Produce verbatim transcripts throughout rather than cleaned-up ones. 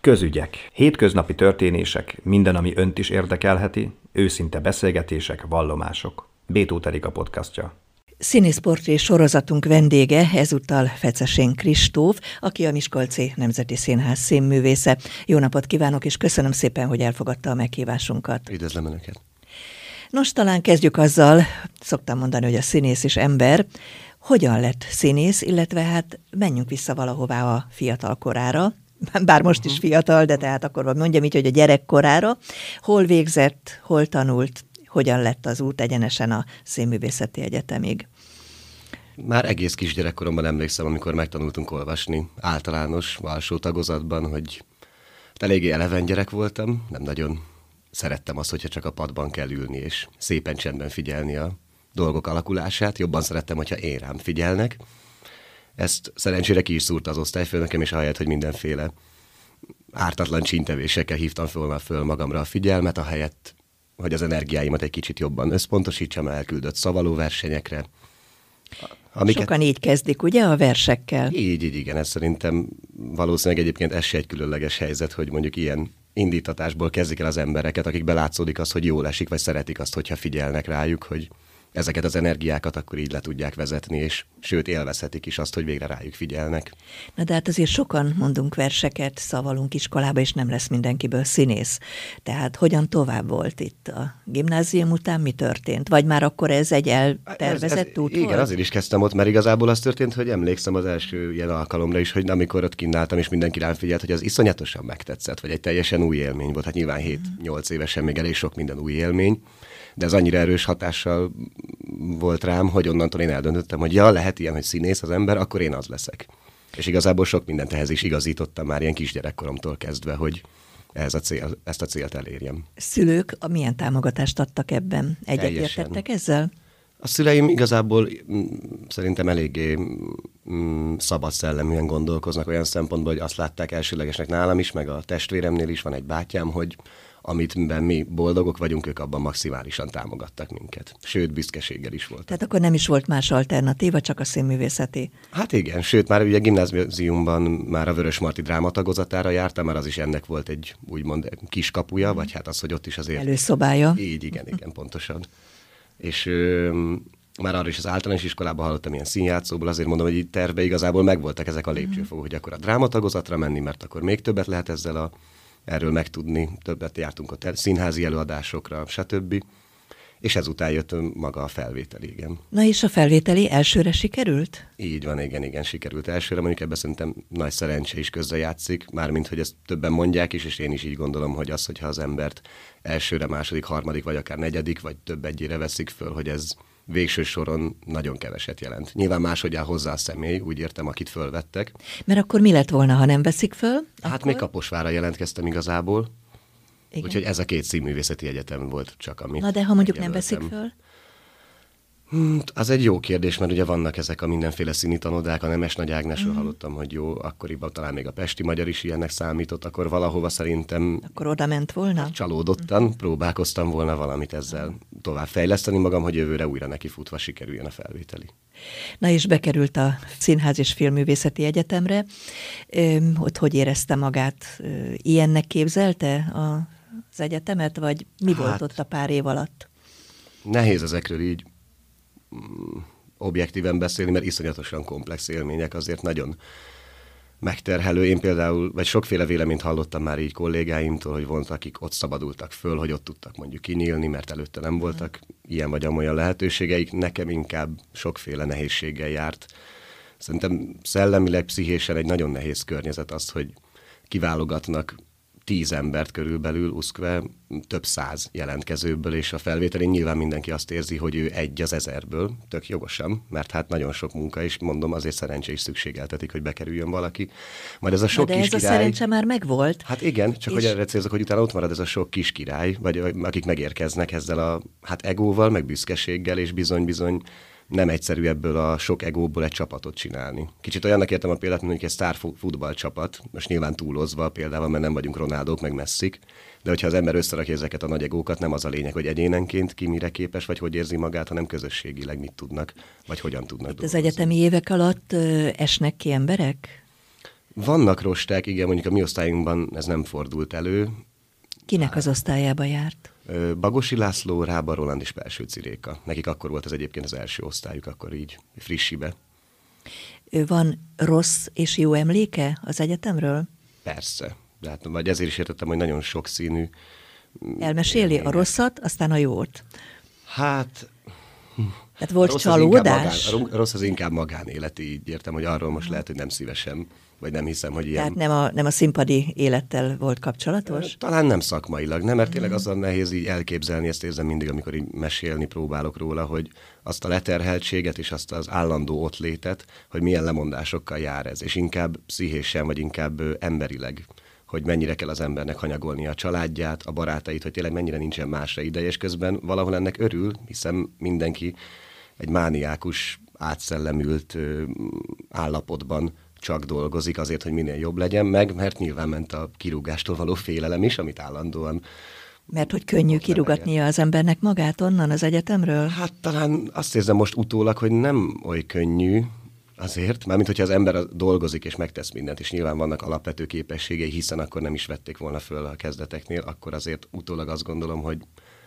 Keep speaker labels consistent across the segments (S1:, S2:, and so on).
S1: Közügyek. Hétköznapi történések, minden, ami önt is érdekelheti, őszinte beszélgetések, vallomások. bé Tóth Erika podcastja.
S2: Színészportré sorozatunk vendége ezúttal Fecesén Kristóf, aki a Miskolci Nemzeti Színház színművésze. Jó napot kívánok, és köszönöm szépen, hogy elfogadta a meghívásunkat.
S3: Üdvözlöm Önöket!
S2: Nos, talán kezdjük azzal, szoktam mondani, hogy a színész is ember. Hogyan lett színész, illetve hát menjünk vissza valahová a fiatal korára, bár most is fiatal, de tehát akkor mondjam így, hogy a gyerekkorára. Hol végzett, hol tanult, hogyan lett az út egyenesen a Színművészeti Egyetemig?
S3: Már egész kisgyerekkoromban emlékszem, amikor megtanultunk olvasni általános, alsó tagozatban, hogy eléggé eleven gyerek voltam, nem nagyon szerettem azt, hogyha csak a padban kell ülni, és szépen csendben figyelni a dolgok alakulását. Jobban szerettem, hogyha én rám figyelnek. Ezt szerencsére ki is szúrta az osztályfőnökem, és ahelyett, hogy mindenféle ártatlan csíntevésekkel hívtam volna föl magamra a figyelmet, ahelyett, hogy az energiáimat egy kicsit jobban összpontosítsam, elküldött szavalóversenyekre.
S2: Amiket... Sokan így kezdik, ugye, a versekkel?
S3: Így, így, igen. Ez szerintem valószínűleg egyébként ez se egy különleges helyzet, hogy mondjuk ilyen indítatásból kezdik el az embereket, akik belátszódik az, hogy jól esik, vagy szeretik azt, hogyha figyelnek rájuk, hogy ezeket az energiákat akkor így le tudják vezetni, és sőt élvezhetik is azt, hogy végre rájuk figyelnek.
S2: Na de hát azért sokan mondunk verseket, szavalunk iskolába, és nem lesz mindenkiből színész. Tehát hogyan tovább volt itt a gimnázium után, mi történt? Vagy már akkor ez egy eltervezett ez, ez, út
S3: igen,
S2: volt?
S3: azért is kezdtem ott, mert igazából az történt, hogy emlékszem az első ilyen alkalomra is, hogy amikor ott kínáltam, és mindenki rám figyelt, hogy az iszonyatosan megtetszett, vagy egy teljesen új élmény volt. Hát nyilván hét-nyolc évesen még elég sok minden új élmény, de ez annyira erős hatással volt rám, hogy onnantól én eldöntöttem, hogy ja, lehet ilyen, hogy színész az ember, akkor én az leszek. És igazából sok mindent ehhez is igazítottam már ilyen kisgyerekkoromtól kezdve, hogy ez a cél, ezt a célt elérjem.
S2: Szülők milyen támogatást adtak ebben? Egyetértettek ezzel?
S3: A szüleim igazából m, szerintem eléggé m, szabad szelleműen gondolkoznak olyan szempontból, hogy azt látták elsőlegesnek nálam is, meg a testvéremnél is van egy bátyám, hogy amitben mi boldogok vagyunk, ők abban maximálisan támogattak minket. Sőt, büszkeséggel is volt.
S2: Tehát akkor nem is volt más alternatíva, csak a színművészeti?
S3: Hát igen, sőt, már ugye gimnáziumban már a Vörösmarty drámatagozatára jártam, már az is ennek volt egy úgymond kiskapuja, vagy hát az, hogy ott is azért...
S2: Előszobája.
S3: Így, igen, igen, pontosan. És ö, már arra is az általános iskolában hallottam ilyen színjátszóból, azért mondom, hogy itt tervbe igazából megvoltak ezek a lépcsőfokok, hogy akkor a drámatagozatra menni, mert akkor még többet lehet ezzel a erről megtudni, többet jártunk ott színházi előadásokra, stb. És ezután jött maga a felvételi, igen.
S2: Na és a felvételi elsőre sikerült?
S3: Így van, igen, igen, sikerült elsőre. Mondjuk ebben szerintem nagy szerencse is közrejátszik, mármint, hogy ezt többen mondják is, és én is így gondolom, hogy az, hogyha az embert elsőre, második, harmadik, vagy akár negyedik, vagy több egyére veszik föl, hogy ez végső soron nagyon keveset jelent. Nyilván máshogy áll hozzá a személy, úgy értem, akit fölvettek.
S2: Mert akkor mi lett volna, ha nem veszik föl?
S3: Hát
S2: akkor...
S3: még Kaposvárra jelentkeztem igazából.
S2: Igen.
S3: Úgyhogy ez a két színművészeti egyetem volt csak, amit...
S2: Na de ha mondjuk nem
S3: jelöltem.
S2: veszik föl?
S3: Hmm, az egy jó kérdés, mert ugye vannak ezek a mindenféle színitanodák, a Nemes Nagy Ágnesről mm. hallottam, hogy jó, akkoriban talán még a Pesti Magyar is ilyennek számított, akkor valahova szerintem...
S2: Akkor oda ment volna?
S3: Csalódottan, mm. próbálkoztam volna valamit ezzel tovább fejleszteni magam, hogy jövőre újra neki futva sikerüljön a felvételi.
S2: Na és bekerült a Színház és Filmművészeti Egyetemre. Ö, ott hogy érezte magát? Ö, ilyennek képzelte a, az egyetemet, vagy mi hát, volt ott a pár év alatt?
S3: Nehéz ezekről így objektíven beszélni, mert iszonyatosan komplex élmények, azért nagyon megterhelő. Én például, vagy sokféle véleményt hallottam már így kollégáimtól, hogy voltak, akik ott szabadultak föl, hogy ott tudtak mondjuk kinyílni, mert előtte nem voltak ilyen vagy amolyan lehetőségeik. Nekem inkább sokféle nehézséggel járt. Szerintem szellemileg, pszichésen egy nagyon nehéz környezet az, hogy kiválogatnak tíz embert körülbelül, uszkve több száz jelentkezőből, és a felvételén nyilván mindenki azt érzi, hogy ő egy az ezerből, tök jogosan, mert hát nagyon sok munka, és mondom, azért szerencsé is szükségeltetik, hogy bekerüljön valaki. Majd ez a sok
S2: de
S3: kis
S2: ez
S3: király...
S2: a szerencse már megvolt.
S3: Hát igen, csak
S2: és...
S3: hogy erre célzok, hogy utána ott marad ez a sok kis király, vagy akik megérkeznek ezzel a hát egóval, meg büszkeséggel, és bizony-bizony nem egyszerű ebből a sok egóból egy csapatot csinálni. Kicsit olyannak értem a példát, mint egy sztár futballcsapat, most nyilván túlozva például, mert nem vagyunk Ronaldók, meg Messzik, de hogyha az ember összerakja ezeket a nagy egókat, nem az a lényeg, hogy egyénenként ki mire képes, vagy hogy érzi magát, hanem közösségileg mit tudnak, vagy hogyan tudnak
S2: Itt
S3: dolgozni.
S2: az egyetemi évek alatt ö, esnek ki emberek?
S3: Vannak rosták, igen, mondjuk a mi osztályunkban ez nem fordult elő.
S2: Kinek az osztályába járt?
S3: Bagosi László, Rába Roland és Pelsőci Réka. Nekik akkor volt ez egyébként az első osztályuk, akkor így frissibe.
S2: Van rossz és jó emléke az egyetemről?
S3: Persze. De hát, vagy ezért is értettem, hogy nagyon sokszínű.
S2: Elmeséli
S3: élmények.
S2: A rosszat, aztán a jót.
S3: Hát...
S2: Tehát volt
S3: a
S2: csalódás?
S3: Magán, a rossz az inkább magánéleti, így értem, hogy arról most lehet, hogy nem szívesen, vagy nem hiszem, hogy ilyen...
S2: Tehát nem a, nem a színpadi élettel volt kapcsolatos?
S3: Talán nem szakmailag, nem, mert tényleg azzal nehéz így elképzelni, ezt érzem mindig, amikor így mesélni próbálok róla, hogy azt a leterheltséget és azt az állandó ottlétet, hogy milyen lemondásokkal jár ez, és inkább pszichésen, vagy inkább emberileg, hogy mennyire kell az embernek hanyagolni a családját, a barátait, hogy tényleg mennyire nincsen másra ideje, és közben valahol ennek örül, hiszen mindenki egy mániákus, átszellemült ö, állapotban csak dolgozik azért, hogy minél jobb legyen, meg mert nyilván ment a kirúgástól való félelem is, amit állandóan...
S2: Mert hogy könnyű kirúgatnia az embernek magát onnan az egyetemről?
S3: Hát talán azt érzem most utólag, hogy nem oly könnyű azért, mármint hogyha az ember dolgozik és megtesz mindent, és nyilván vannak alapvető képességei, hiszen akkor nem is vették volna föl a kezdeteknél, akkor azért utólag azt gondolom, hogy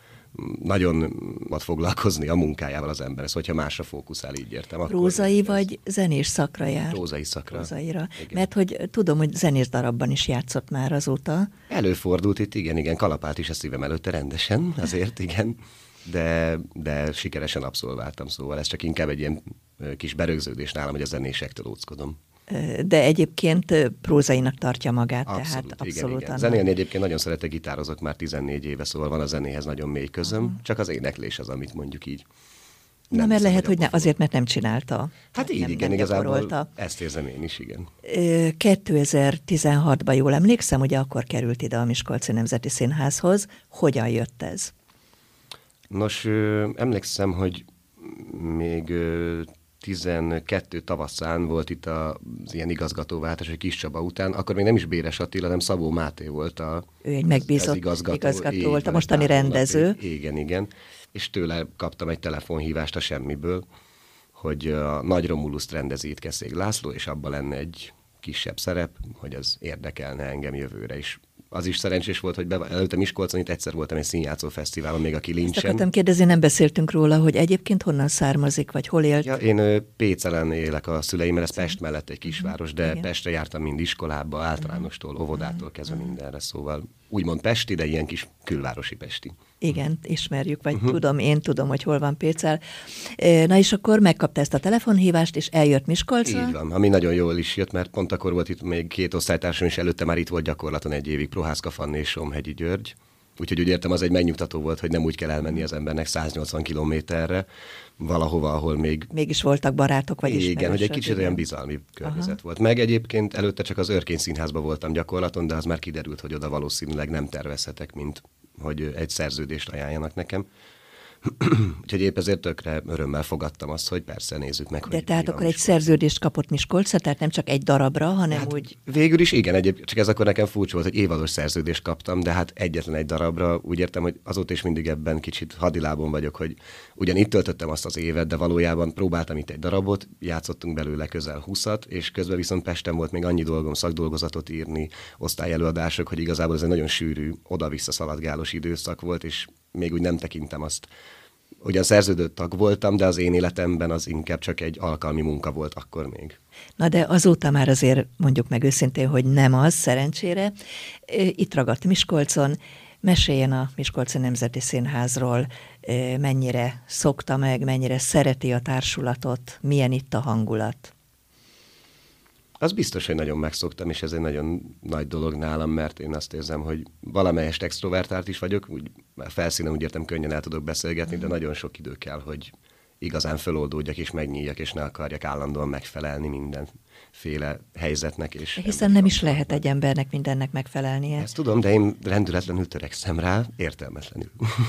S3: nagyon ad foglalkozni a munkájával az ember, szóval, hogyha másra fókuszál, így értem.
S2: Prózai vagy zenés szakra jár?
S3: Prózai szakra.
S2: Prózaira. Mert hogy tudom, hogy zenés darabban is játszott már azóta.
S3: Előfordult itt, igen, igen, kalapált is a szívem előtte rendesen, azért, igen, de, de sikeresen abszolváltam, szóval ez csak inkább egy ilyen kis berögződés nálam, hogy a zenésektől óckodom.
S2: De egyébként prózainak tartja magát,
S3: Abszolút,
S2: tehát
S3: igen,
S2: abszolút.
S3: igen. Zenélni egyébként nagyon szeretek, gitározok már tizennégy éve, szóval van a zenéhez nagyon mély közöm, uh-huh. csak az éneklés az, amit mondjuk így.
S2: Na, mert hiszem, lehet, hogy ne, azért, mert nem csinálta.
S3: Hát így,
S2: nem,
S3: igen,
S2: nem
S3: igazából
S2: gyakorolta.
S3: Ezt érzem én is, igen.
S2: kétezer-tizenhatban jól emlékszem, ugye akkor került ide a Miskolci Nemzeti Színházhoz. Hogyan jött ez?
S3: Nos, emlékszem, hogy még tizenkettő tavaszán volt itt az ilyen igazgatóváltás, hogy Kis Csaba után, akkor még nem is Béres Attila, hanem Szabó Máté volt a
S2: Ő egy megbízott igazgató, igazgató volt, a mostani rendező.
S3: Igen, igen. És tőle kaptam egy telefonhívást a semmiből, hogy a Nagy Romuluszt rendezi itt Keszég László, és abban lenne egy kisebb szerep, hogy az érdekelne engem jövőre is. Az is szerencsés volt, hogy be, előtte Miskolcon itt egyszer voltam egy színjátszó fesztiválon, még a Kilincsen.
S2: Ezt akartam kérdezni, nem beszéltünk róla, hogy egyébként honnan származik, vagy hol élt?
S3: Ja, én Pécelen élek a szüleimmel, ez Pest mellett egy kisváros, de igen. Pestre jártam mind iskolába, általánostól, óvodától kezdve mindenre, szóval úgymond pesti, de ilyen kis külvárosi pesti.
S2: Igen, ismerjük, vagy uh-huh. tudom, én tudom, hogy hol van Pécel. Na és akkor megkapta ezt a telefonhívást, és eljött Miskolcra?
S3: Így van, ami nagyon jól is jött, mert pont akkor volt itt még két osztálytársam, és előtte már itt volt gyakorlaton egy évig Prohászka Fanni és Somhegyi György. Úgyhogy úgy értem, az egy megnyugtató volt, hogy nem úgy kell elmenni az embernek száznyolcvan kilométerre, valahova, ahol még...
S2: Mégis voltak barátok, vagy ismerősök.
S3: Igen, hogy egy kicsit igen. olyan bizalmi környezet Aha. volt. Meg egyébként előtte csak az Örkény Színházban voltam gyakorlaton, de az már kiderült, hogy oda valószínűleg nem tervezhetek, mint hogy egy szerződést ajánljanak nekem. Úgyhogy épp ezért tökre örömmel fogadtam azt, hogy persze nézzük meg,
S2: De
S3: hogy
S2: tehát akkor egy szerződést kapott Miskolcra, tehát nem csak egy darabra, hanem
S3: hát
S2: úgy...
S3: Végül is igen, egyéb, csak ez akkor nekem furcsa volt, hogy évados szerződést kaptam, de hát egyetlen egy darabra, úgy értem, hogy azóta is mindig ebben kicsit hadilábon vagyok, hogy ugyan itt töltöttem azt az évet, de valójában próbáltam itt egy darabot, játszottunk belőle közel húszat, és közben viszont Pesten volt még annyi dolgom szakdolgozatot írni, osztályelőadások, hogy igazából ez egy nagyon sűrű, oda-vissza szaladgálós időszak volt, és még úgy nem tekintem azt. Ugyan szerződött tag voltam, de az én életemben az inkább csak egy alkalmi munka volt akkor még.
S2: Na de azóta már azért mondjuk meg őszintén, hogy nem az, szerencsére. Itt ragadt Miskolcon, meséljen a Miskolci Nemzeti Színházról, mennyire szokta meg, mennyire szereti a társulatot, milyen itt a hangulat.
S3: Az biztos, hogy nagyon megszoktam, és ez egy nagyon nagy dolog nálam, mert én azt érzem, hogy valamelyest extrovertált is vagyok, úgy felszínen úgy értem, könnyen el tudok beszélgetni, de nagyon sok idő kell, hogy igazán föloldódjak és megnyíljak, és ne akarjak állandóan megfelelni mindenféle helyzetnek. És
S2: hiszen nem is lehet egy embernek mindennek megfelelnie.
S3: Ezt tudom, de én rendületlenül törekszem rá, értelmetlenül.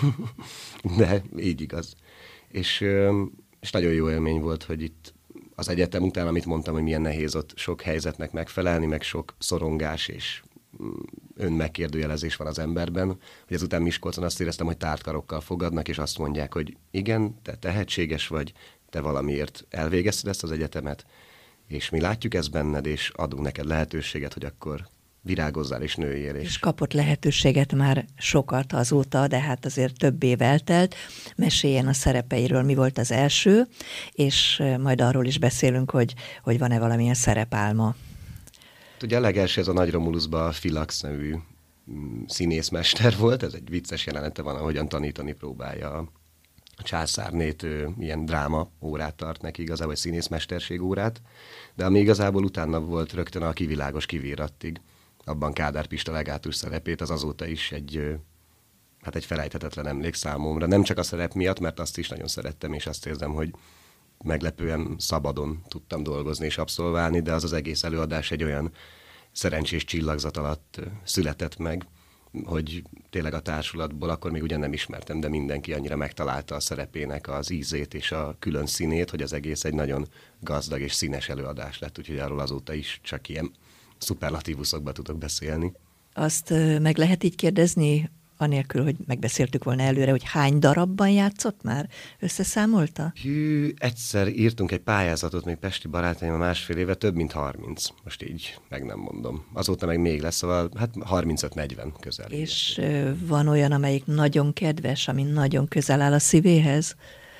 S3: De így igaz. És, és nagyon jó élmény volt, hogy itt az egyetem után, amit mondtam, hogy milyen nehéz ott sok helyzetnek megfelelni, meg sok szorongás és önmegkérdőjelezés van az emberben, hogy ezután Miskolcon azt éreztem, hogy tárt karokkal fogadnak, és azt mondják, hogy igen, te tehetséges vagy, te valamiért elvégezted ezt az egyetemet, és mi látjuk ezt benned, és adunk neked lehetőséget, hogy akkor virágozzál és nőjél. És,
S2: és kapott lehetőséget már sokat azóta, de hát azért több év eltelt. Meséljen a szerepeiről, mi volt az első, és majd arról is beszélünk, hogy, hogy van-e valamilyen szerepálma.
S3: Ugye a legelső ez a Nagy Romulusban a Filax nevű színészmester volt, ez egy vicces jelenete van, ahogyan tanítani próbálja a császárnét, ő ilyen dráma órát tart neki, igazából egy színészmesterség órát, de ami igazából utána volt rögtön a Kivilágos kivírattig, abban Kádár Pista legátus szerepét, az azóta is egy, hát egy felejthetetlen emlék számomra. Nem csak a szerep miatt, mert azt is nagyon szerettem, és azt érzem, hogy meglepően szabadon tudtam dolgozni és abszolválni, de az az egész előadás egy olyan szerencsés csillagzat alatt született meg, hogy tényleg a társulatból akkor még ugyan nem ismertem, de mindenki annyira megtalálta a szerepének az ízét és a külön színét, hogy az egész egy nagyon gazdag és színes előadás lett, úgyhogy arról azóta is csak ilyen szuperlatívuszokba tudok beszélni.
S2: Azt meg lehet így kérdezni, anélkül, hogy megbeszéltük volna előre, hogy hány darabban játszott már? Összeszámolta?
S3: Hű, egyszer írtunk egy pályázatot, még pesti barátaim a másfél éve, több mint harminc. Most így meg nem mondom. Azóta meg még lesz, szóval hát harmincöt-negyven közel.
S2: És ilyen. Van olyan, amelyik nagyon kedves, ami nagyon közel áll a szívéhez?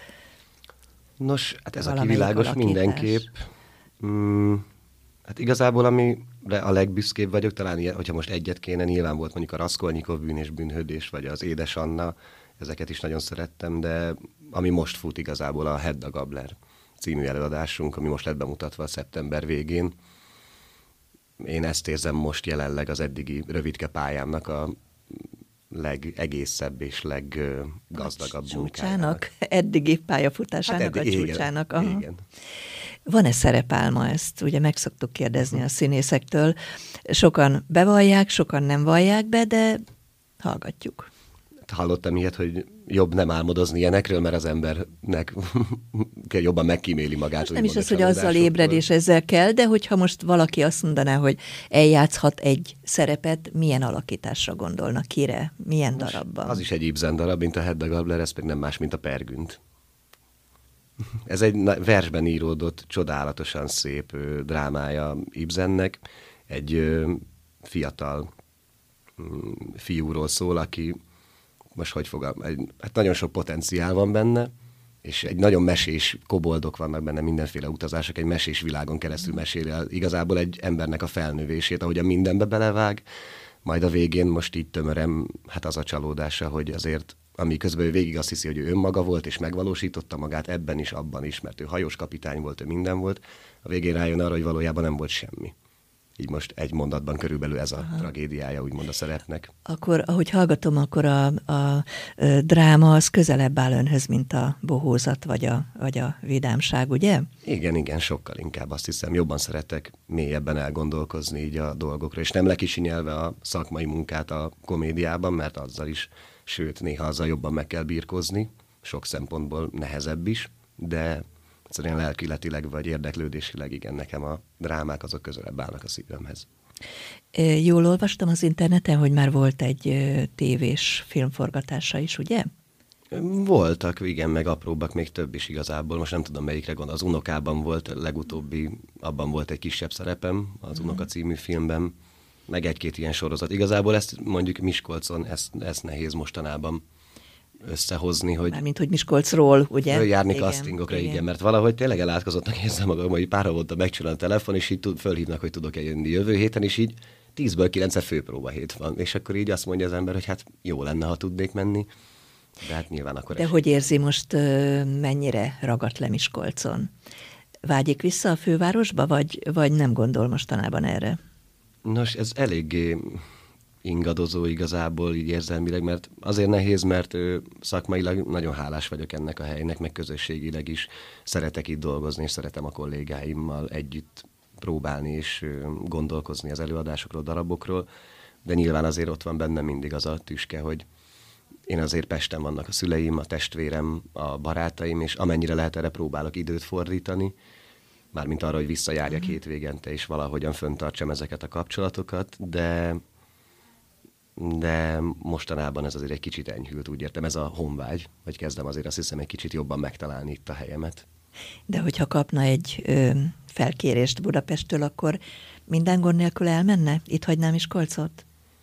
S3: Nos, hát ez a Kivilágos mindenképp. Mm, hát igazából ami a legbüszkébb vagyok, talán ilyen, hogyha most egyet kéne, nyilván volt mondjuk a Raskolnikov Bűn és bűnhődés, vagy az Édes Anna, ezeket is nagyon szerettem, de ami most fut igazából a Hedda Gabler című előadásunk, ami most lett bemutatva a szeptember végén. Én ezt érzem most jelenleg az eddigi rövidke pályámnak a legegészebb és leggazdagabb
S2: munkájának. Eddigi pályafutásának hát eddig, a csúcsának.
S3: Igen, igen.
S2: Van-e szerepálma ezt? Ugye meg szoktuk kérdezni a színészektől. Sokan bevallják, sokan nem vallják be, de hallgatjuk.
S3: Hallottam ilyet, hogy jobb nem álmodozni ilyenekről, mert az embernek jobban megkíméli magát.
S2: Most nem is az, hogy azzal ébred és ezzel kell, de hogyha most valaki azt mondaná, hogy eljátszhat egy szerepet, milyen alakításra gondolna, kire, milyen most darabban?
S3: Az is egy Ibsen darab, mint a Hedda Gabler, ez pedig nem más, mint a Pergünt. Ez egy versben íródott, csodálatosan szép ö, drámája Ibsennek. Egy ö, fiatal ö, fiúról szól, aki most hogy fogal, egy, hát nagyon sok potenciál van benne, és egy nagyon mesés koboldok vannak benne, mindenféle utazások, egy mesés világon keresztül meséli igazából egy embernek a felnövését, ahogy a mindenbe belevág, majd a végén most így tömörem, hát az a csalódása, hogy azért ami közben ő végig azt hiszi, hogy ő önmaga volt, és megvalósította magát ebben is, abban is, mert ő hajós kapitány volt, ő minden volt. A végén rájön arra, hogy valójában nem volt semmi. Így most egy mondatban körülbelül ez a Aha. tragédiája, úgymond a szerepnek.
S2: Akkor, ahogy hallgatom, akkor a, a, a dráma az közelebb áll önhöz, mint a bohózat, vagy a, vagy a vidámság, ugye?
S3: Igen, igen, sokkal inkább azt hiszem. Jobban szeretek mélyebben elgondolkozni így a dolgokra, és nem lekisinyelve a szakmai munkát a komédiában, mert azzal is, sőt, néha azzal jobban meg kell birkózni, sok szempontból nehezebb is, de egyszerűen lelkiletileg vagy érdeklődésileg igen, nekem a drámák azok közelebb állnak a szívemhez.
S2: Jól olvastam az interneten, hogy már volt egy tévés filmforgatása is, ugye?
S3: Voltak, igen, meg apróbbak, még több is igazából. Most nem tudom, melyikre gondol. Az Unokában volt, legutóbbi, abban volt egy kisebb szerepem, az Unoka című filmben, meg egy-két ilyen sorozat. Igazából ezt mondjuk Miskolcon, ezt, ezt nehéz mostanában összehozni, hogy...
S2: Mármint, hogy Miskolcról, ugye?
S3: Járni castingokra, igen. igen, mert valahogy tényleg elátkozottnak érzem magam, hogy pár havonta megcsinál a telefon, és így tud, fölhívnak, hogy tudok-e jönni jövő héten, és így tízből kilencre főpróba hét van, és akkor így azt mondja az ember, hogy hát jó lenne, ha tudnék menni, de hát nyilván akkor...
S2: De
S3: esély.
S2: Hogy érzi most, mennyire ragadt le Miskolcon? Vágyik vissza a fővárosba, vagy, vagy nem gondol mostanában erre?
S3: Nos, ez eléggé ingadozó igazából így érzelmileg, mert azért nehéz, mert ő, szakmailag nagyon hálás vagyok ennek a helynek, meg közösségileg is szeretek itt dolgozni, és szeretem a kollégáimmal együtt próbálni és gondolkozni az előadásokról, darabokról, de nyilván azért ott van bennem mindig az a tüske, hogy én azért Pesten vannak a szüleim, a testvérem, a barátaim, és amennyire lehet erre próbálok időt fordítani, mármint arra, hogy visszajárjak két végente, és valahogyan föntartsam ezeket a kapcsolatokat, de, de mostanában ez azért egy kicsit enyhült, úgy értem, ez a honvágy, hogy kezdem azért azt hiszem egy kicsit jobban megtalálni itt a helyemet.
S2: De hogyha kapna egy ö, felkérést Budapesttől, akkor minden gond nélkül elmenne? Itt hagynám Miskolcot?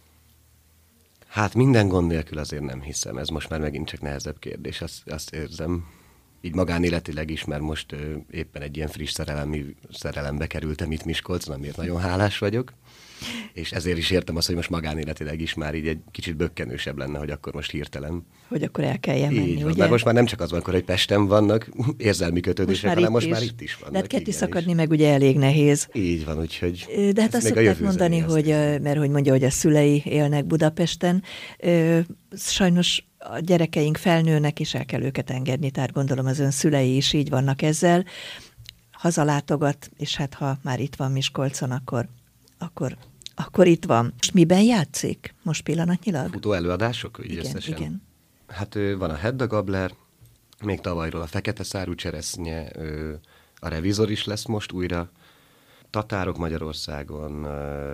S3: Hát minden gond nélkül azért nem hiszem. Ez most már megint csak nehezebb kérdés, azt, azt érzem. Így magánéletileg is, mert most ö, éppen egy ilyen friss szerelemi, szerelembe kerültem itt Miskolcon, amiért nagyon hálás vagyok. És ezért is értem azt, hogy most magánéletileg is már így egy kicsit bökkenősebb lenne, hogy akkor most hirtelen.
S2: Hogy akkor el kelljen menni,
S3: így van,
S2: ugye?
S3: mert most már nem csak az van, akkor, hogy Pesten vannak érzelmi kötődések, hanem most már itt is vannak.
S2: De hát ketté
S3: igen,
S2: szakadni
S3: és
S2: meg ugye elég nehéz.
S3: így van, úgyhogy...
S2: De hát azt szokták mondani, hogy, mert hogy mondja, hogy a szülei élnek Budapesten, sajnos a gyerekeink felnőnek, és el kell őket engedni, tehát gondolom az ön szülei is így vannak ezzel. Hazalátogat, és hát ha már itt van Miskolcon, akkor, akkor, akkor itt van. Most miben játszik most pillanatnyilag?
S3: Futó előadások? Így
S2: Igen,
S3: összesen.
S2: igen.
S3: Hát van a Hedda Gabler, még tavalyról a Fekete Szárú Cseresznye, a Revizor is lesz most újra, Tatárok Magyarországon,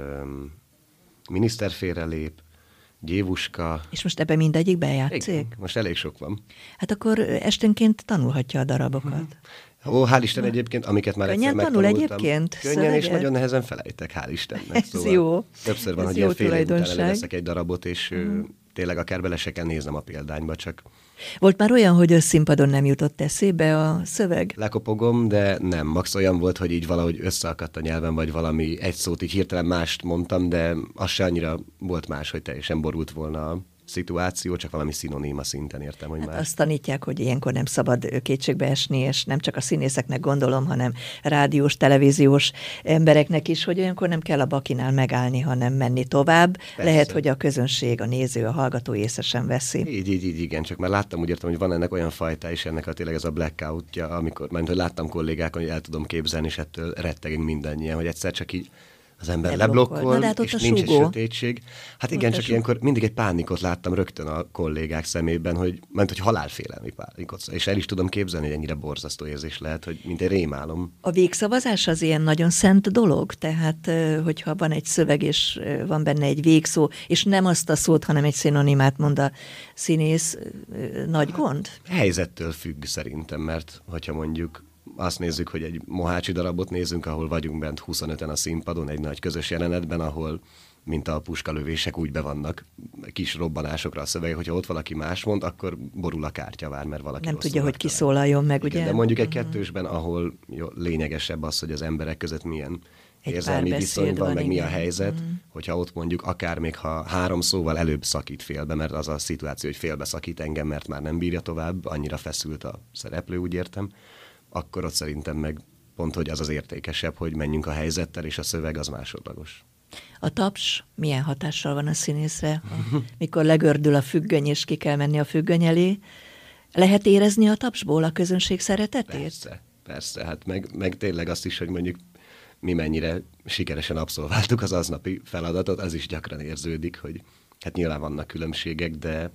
S3: Miniszter félrelép, Gyévuska.
S2: És most ebben mindegyikben játszik?
S3: Igen, most elég sok van.
S2: Hát akkor esténként tanulhatja a darabokat.
S3: Ó, hál' Isten egyébként, amiket már
S2: Könnyen
S3: egyszer
S2: tanul
S3: megtanultam.
S2: egyébként
S3: Könnyen
S2: szöveget?
S3: és nagyon nehezen felejtek, hál' Istennek.
S2: Ez
S3: szóval
S2: jó.
S3: Többször van,
S2: Ez
S3: hogy
S2: jó
S3: ilyen fél év után
S2: tulajdonság.
S3: elveszek egy darabot, és mm. tényleg akár bele se kell néznem a példányba, csak
S2: Volt már olyan, hogy összszínpadon nem jutott eszébe a szöveg?
S3: lekopogom, de nem. Max olyan volt, hogy így valahogy összeakadt a nyelven, vagy valami egy szót így hirtelen mást mondtam, de az se annyira volt más, hogy teljesen borult volna a szituáció, csak valami szinoníma szinten értem, hogy
S2: Hát
S3: már...
S2: azt tanítják, hogy ilyenkor nem szabad kétségbe esni, és nem csak a színészeknek gondolom, hanem rádiós, televíziós embereknek is, hogy olyankor nem kell a bakinál megállni, hanem menni tovább.
S3: Persze.
S2: Lehet, hogy a közönség, a néző, a hallgató észre sem veszi.
S3: Így, így, így, igen, csak már láttam, úgy értem, hogy van ennek olyan fajta is, ennek a tényleg ez a blackoutja, amikor, mert hogy láttam kollégákon, hogy el tudom képzelni, és ettől rettegünk mindannyian, hogy egyszer csak így az ember leblokkol,
S2: hát
S3: és nincs egy sötétség. Hát igen, csak ilyenkor mindig egy pánikot láttam rögtön a kollégák szemében, hogy, mert hogy halálfélelmi pánikot, és el is tudom képzelni, hogy ennyire borzasztó érzés lehet, hogy mint egy rémálom.
S2: A végszavazás az ilyen nagyon szent dolog, tehát hogyha van egy szöveg, és van benne egy végszó, és nem azt a szót, hanem egy szinonimát mond a színész, nagy gond?
S3: Helyzettől függ szerintem, mert hogyha mondjuk azt nézzük, hogy egy mohácsi darabot nézünk, ahol vagyunk bent huszonöten a színpadon, egy nagy közös jelenetben, ahol mint a puskalövések úgy be vannak kis robbanásokra a szöveg, hogyha ott valaki más mond, akkor borul a kártyavár, mert valaki
S2: nem tudja, hogy
S3: megtalál.
S2: kiszólaljon meg,
S3: igen,
S2: ugye?
S3: de mondjuk egy kettősben, ahol jó, lényegesebb az, hogy az emberek között milyen
S2: egy
S3: érzelmi viszony van, meg
S2: igen.
S3: mi a helyzet,
S2: mm.
S3: hogyha ott mondjuk akár még ha három szóval előbb szakít félbe, mert az a szituáció, hogy félbe szakít engem, mert már nem bírja tovább, annyira feszült a szereplő, úgy értem, akkor ott szerintem meg pont, hogy az az értékesebb, hogy menjünk a helyzettel, és a szöveg az másodlagos.
S2: A taps milyen hatással van a színészre? A, mikor legördül a függöny, és ki kell menni a függöny elé, lehet érezni a tapsból a közönség szeretetét?
S3: Persze, persze. Hát meg, meg tényleg azt is, hogy mondjuk mi mennyire sikeresen abszolváltuk az aznapi feladatot, az is gyakran érződik, hogy hát nyilván vannak különbségek, de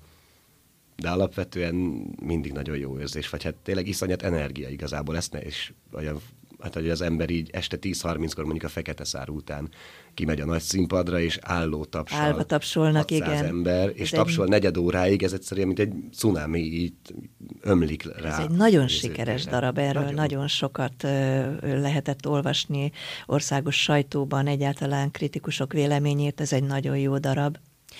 S3: de alapvetően mindig nagyon jó érzés, vagy hát tényleg iszonyat energia igazából, ezt ne is olyan, hát hogy az ember így este tíz harminckor mondjuk a Fekete Szárú után kimegy a nagy színpadra, és álló tapsal.
S2: Állva tapsolnak, igen.
S3: ember, és
S2: ez
S3: tapsol
S2: egy...
S3: negyed óráig, ez egyszerűen, mint egy cunami, így ömlik rá.
S2: Ez egy nagyon sikeres darab, erről nagyon. nagyon sokat lehetett olvasni országos sajtóban, egyáltalán kritikusok véleményét, ez egy nagyon jó darab.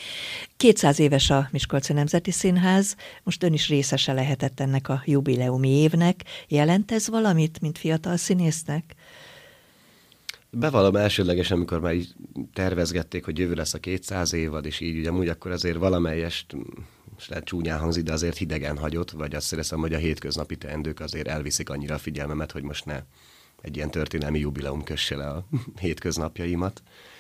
S2: kétszáz éves a Miskolci Nemzeti Színház, most ön is részese lehetett ennek a jubileumi évnek. Jelent ez valamit, mint fiatal színésznek?
S3: Bevallom elsődlegesen, amikor már így tervezgették, hogy jövő lesz a kétszáz évad, és így ugye úgy akkor azért valamelyest, most lehet csúnyán hangzik, de azért hidegen hagyott, vagy azt hiszem, hogy a hétköznapi teendők azért elviszik annyira a figyelmemet, hogy most ne egy ilyen történelmi jubileum kösse le a hétköznapjaimat.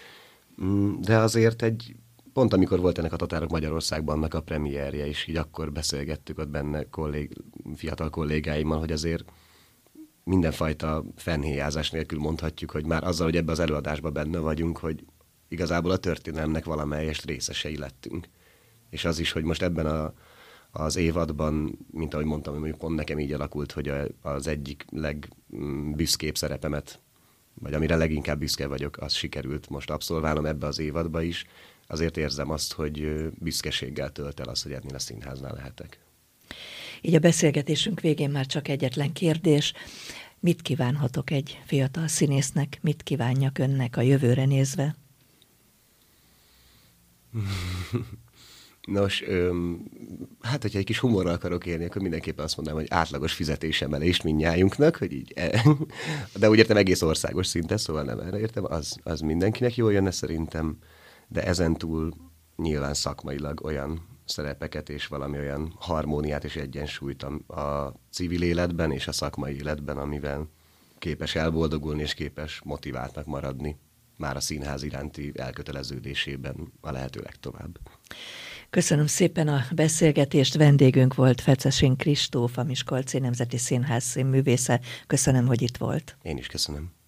S3: De azért egy pont amikor volt ennek a Tatárok Magyarországban annak a premierje, és így akkor beszélgettük ott benne kollég, fiatal kollégáimmal, hogy azért mindenfajta fennhéjázás nélkül mondhatjuk, hogy már azzal, hogy ebbe az előadásban benne vagyunk, hogy igazából a történelemnek valamelyest részesei lettünk. És az is, hogy most ebben a, az évadban, mint ahogy mondtam, hogy pont nekem így alakult, hogy a, az egyik legbüszkébb szerepemet, vagy amire leginkább büszke vagyok, az sikerült most abszolválnom ebbe az évadba is, azért érzem azt, hogy büszkeséggel tölt el az, hogy ennél a színháznál lehetek.
S2: Így a beszélgetésünk végén már csak egyetlen kérdés. Mit kívánhatok egy fiatal színésznek? Mit kívánjak önnek a jövőre nézve?
S3: Nos, öm, hát, hogyha egy kis humorral akarok élni, akkor mindenképpen azt mondanám, hogy átlagos fizetésemelést mindnyájunknak, hogy így, de úgy értem egész országos szinten, szóval nem erre értem, az, az mindenkinek jól jönne szerintem, de ezentúl nyilván szakmailag olyan szerepeket és valami olyan harmóniát és egyensúlyt a, a civil életben és a szakmai életben, amivel képes elboldogulni és képes motiváltnak maradni már a színház iránti elköteleződésében a lehető legtovább.
S2: Köszönöm szépen a beszélgetést. Vendégünk volt Fecesén Kristóf, a Miskolci Nemzeti Színház színművésze. Köszönöm, hogy itt volt.
S3: Én is köszönöm.